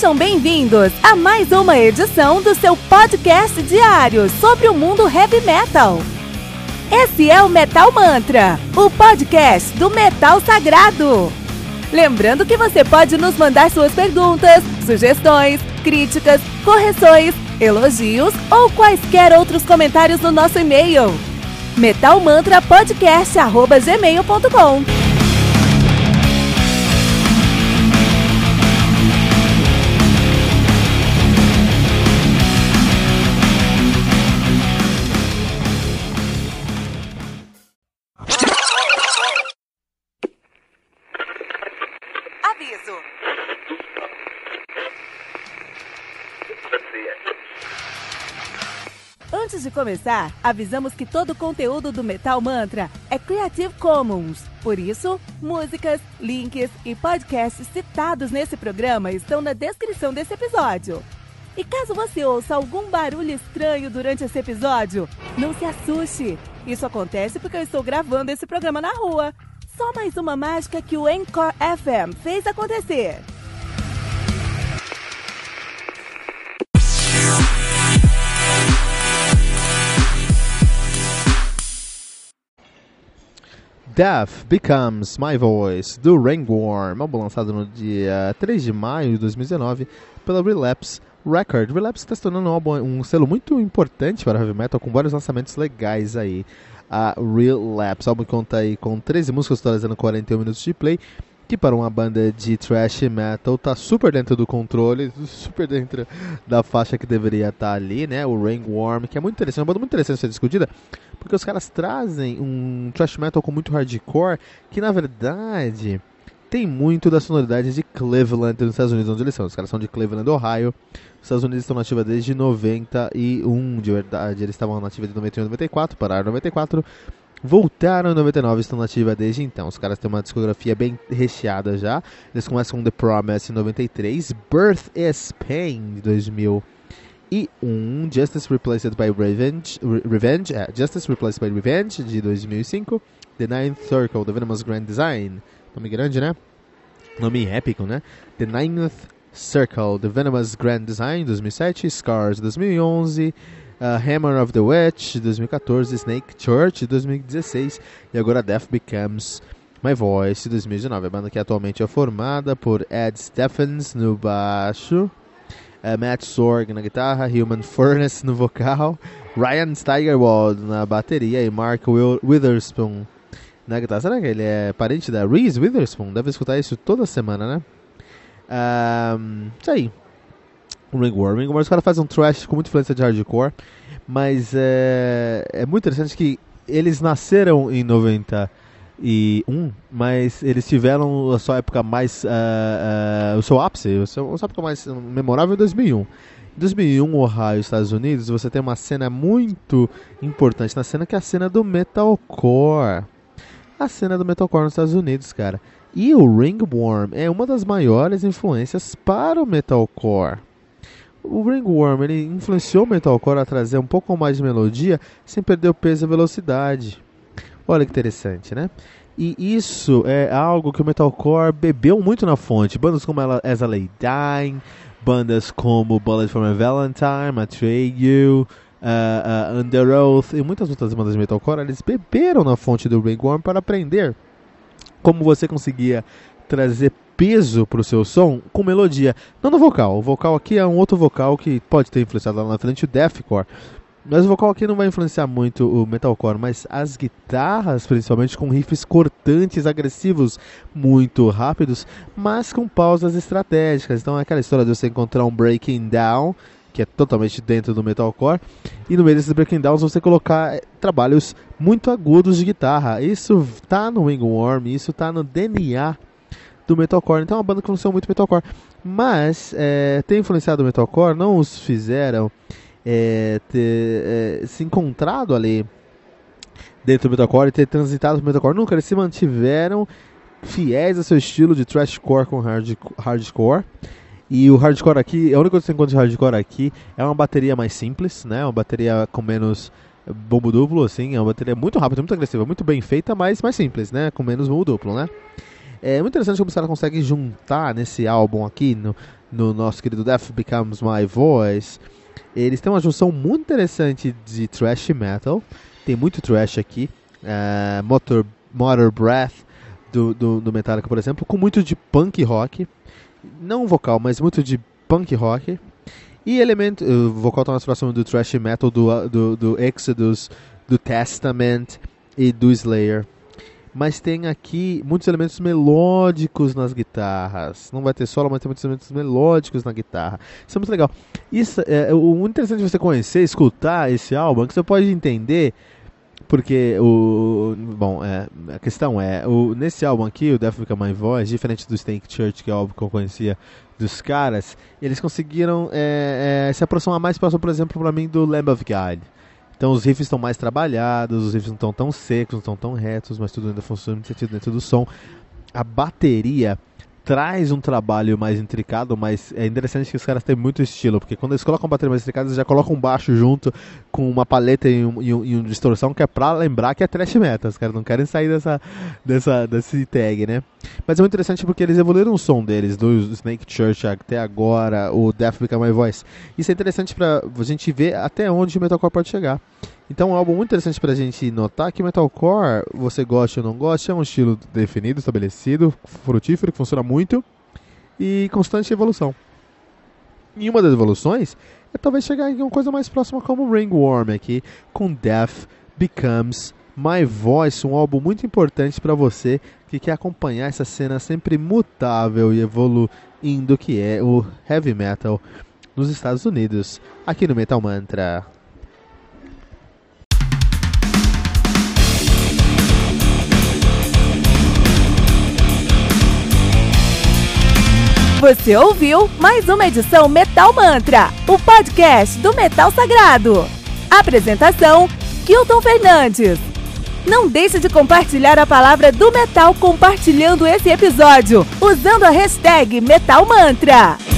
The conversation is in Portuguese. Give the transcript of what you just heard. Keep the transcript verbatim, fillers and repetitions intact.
Sejam bem-vindos a mais uma edição do seu podcast diário sobre o mundo heavy metal. Esse é o Metal Mantra, o podcast do metal sagrado. Lembrando que você pode nos mandar suas perguntas, sugestões, críticas, correções, elogios ou quaisquer outros comentários no nosso e-mail metalmantrapodcast arroba gmail ponto com. Aviso. Antes de começar, avisamos que todo o conteúdo do Metal Mantra é Creative Commons. Por isso, músicas, links e podcasts citados nesse programa estão na descrição desse episódio. E caso você ouça algum barulho estranho durante esse episódio, não se assuste. Isso acontece porque eu estou gravando esse programa na rua. Só mais uma mágica que o Anchor F M fez acontecer. Death Becomes My Voice, do Ringworm, álbum lançado no dia três de maio de dois mil e dezenove pela Relapse Record. Relapse está se tornando um, álbum, um selo muito importante para heavy metal, com vários lançamentos legais aí. A Relapse, o álbum conta aí com treze músicas, totalizando quarenta e um minutos de play, que para uma banda de thrash metal tá super dentro do controle, super dentro da faixa que deveria estar ali, né? O Ringworm, que é muito interessante, uma banda muito interessante de ser discutida, porque os caras trazem um thrash metal com muito hardcore, que na verdade tem muito da sonoridade de Cleveland nos Estados Unidos, onde eles são. Os caras são de Cleveland, Ohio. Os Estados Unidos estão na ativa desde noventa e um, de verdade. Eles estavam na ativa de noventa e um a noventa e quatro, pararam em noventa e quatro, voltaram em noventa e nove e estão na ativa desde então. Os caras têm uma discografia bem recheada já. Eles começam com The Promise em noventa e três, Birth is Pain de dois mil e um, Justice Replaced by Revenge, Re- Revenge é, Justice Replaced by Revenge de dois mil e cinco, The Ninth Circle, The Venomous Grand Design, nome grande, né? Nome épico, né? The Ninth Circle, The Venomous Grand Design, dois mil e sete, Scars, dois mil e onze, uh, Hammer of the Witch, dois mil e catorze, Snake Church, dois mil e dezesseis, e agora Death Becomes My Voice, dois mil e dezenove. A banda que atualmente é formada por Ed Stephens no baixo, uh, Matt Sorg na guitarra, Human Furnace no vocal, Ryan Steigerwald na bateria e Mark Will- Witherspoon na guitarra. Será que ele é parente da Reese Witherspoon? Deve escutar isso toda semana, né? Um, isso aí. O Ringworm. O Ringworm, os caras fazem um thrash com muita influência de hardcore, mas é, é muito interessante que eles nasceram em noventa e um, mas eles tiveram a sua época mais... Uh, uh, o seu ápice, a sua, a sua época mais memorável em dois mil e um. Em dois mil e um, Ohio, Estados Unidos, você tem uma cena muito importante na cena, que é a cena do metalcore. A cena do metalcore nos Estados Unidos, cara. E o Ringworm é uma das maiores influências para o metalcore. O Ringworm, ele influenciou o metalcore a trazer um pouco mais de melodia sem perder o peso e a velocidade. Olha que interessante, né? E isso é algo que o metalcore bebeu muito na fonte. Bandas como As I Lay Dying, bandas como Bullet for My Valentine, Atreyu, Uh, uh, Under Oath e muitas outras bandas de metalcore, eles beberam na fonte do Ringworm para aprender como você conseguia trazer peso para o seu som com melodia, não no vocal. O vocal aqui é um outro vocal que pode ter influenciado lá na frente o deathcore, mas o vocal aqui não vai influenciar muito o metalcore, mas as guitarras, principalmente com riffs cortantes, agressivos, muito rápidos, mas com pausas estratégicas. Então é aquela história de você encontrar um breaking down, que é totalmente dentro do metalcore, e no meio desses breaking downs você colocar é, trabalhos muito agudos de guitarra. Isso tá no Ringworm, isso tá no D N A do metalcore. Então é uma banda que influenciou muito metalcore, mas é, ter influenciado o metalcore não os fizeram é, ter é, se encontrado ali dentro do metalcore e ter transitado pro metalcore. Nunca, eles se mantiveram fiéis ao seu estilo de thrashcore com hard, hardcore. E o hardcore aqui, a única coisa que você encontra de hardcore aqui é uma bateria mais simples, né? Uma bateria com menos bombo duplo, assim. É uma bateria muito rápida, muito agressiva, muito bem feita, mas mais simples, né? Com menos bombo duplo, né? É muito interessante como os caras conseguem juntar nesse álbum aqui, no, no nosso querido Death Becomes My Voice. Eles têm uma junção muito interessante de thrash metal. Tem muito thrash aqui. Uh, Motor, Motor Breath do, do, do Metallica, por exemplo, com muito de punk rock. Não vocal, mas muito de punk rock. E elemento, o vocal está mais próximo do thrash metal, do, do, do Exodus, do Testament e do Slayer. Mas tem aqui muitos elementos melódicos nas guitarras. Não vai ter solo, mas tem muitos elementos melódicos na guitarra. Isso é muito legal. Isso é o interessante de você conhecer, escutar esse álbum, que você pode entender. Porque o. Bom, é, a questão é, o, nesse álbum aqui, o Death Becomes My Voice, diferente do Snake Church, que é o álbum que eu conhecia dos caras, eles conseguiram é, é, se aproximar mais próximo, por exemplo, pra mim, do Lamb of God. Então os riffs estão mais trabalhados, os riffs não estão tão secos, não estão tão retos, mas tudo ainda funciona no sentido dentro do som. A bateria traz um trabalho mais intricado, mas é interessante que os caras têm muito estilo, porque quando eles colocam bateria mais intricada, eles já colocam um baixo junto com uma paleta e um, e um, e uma distorção, que é pra lembrar que é thrash metal. Os caras não querem sair dessa, dessa, desse tag, né? Mas é muito interessante porque eles evoluíram o som deles, do Snake Church até agora, o Death Becomes My Voice. Isso é interessante pra gente ver até onde o metalcore pode chegar. Então é um álbum muito interessante pra gente notar que metalcore, você gosta ou não gosta, é um estilo definido, estabelecido, frutífero, que funciona muito e constante evolução. E uma das evoluções é talvez chegar em uma coisa mais próxima como Ringworm aqui, com Death Becomes My Voice, um álbum muito importante pra você que quer acompanhar essa cena sempre mutável e evoluindo que é o heavy metal nos Estados Unidos, aqui no Metal Mantra. Você ouviu mais uma edição Metal Mantra, o podcast do Metal Sagrado. Apresentação, Kilton Fernandes. Não deixe de compartilhar a palavra do metal compartilhando esse episódio, usando a hashtag Metal Mantra.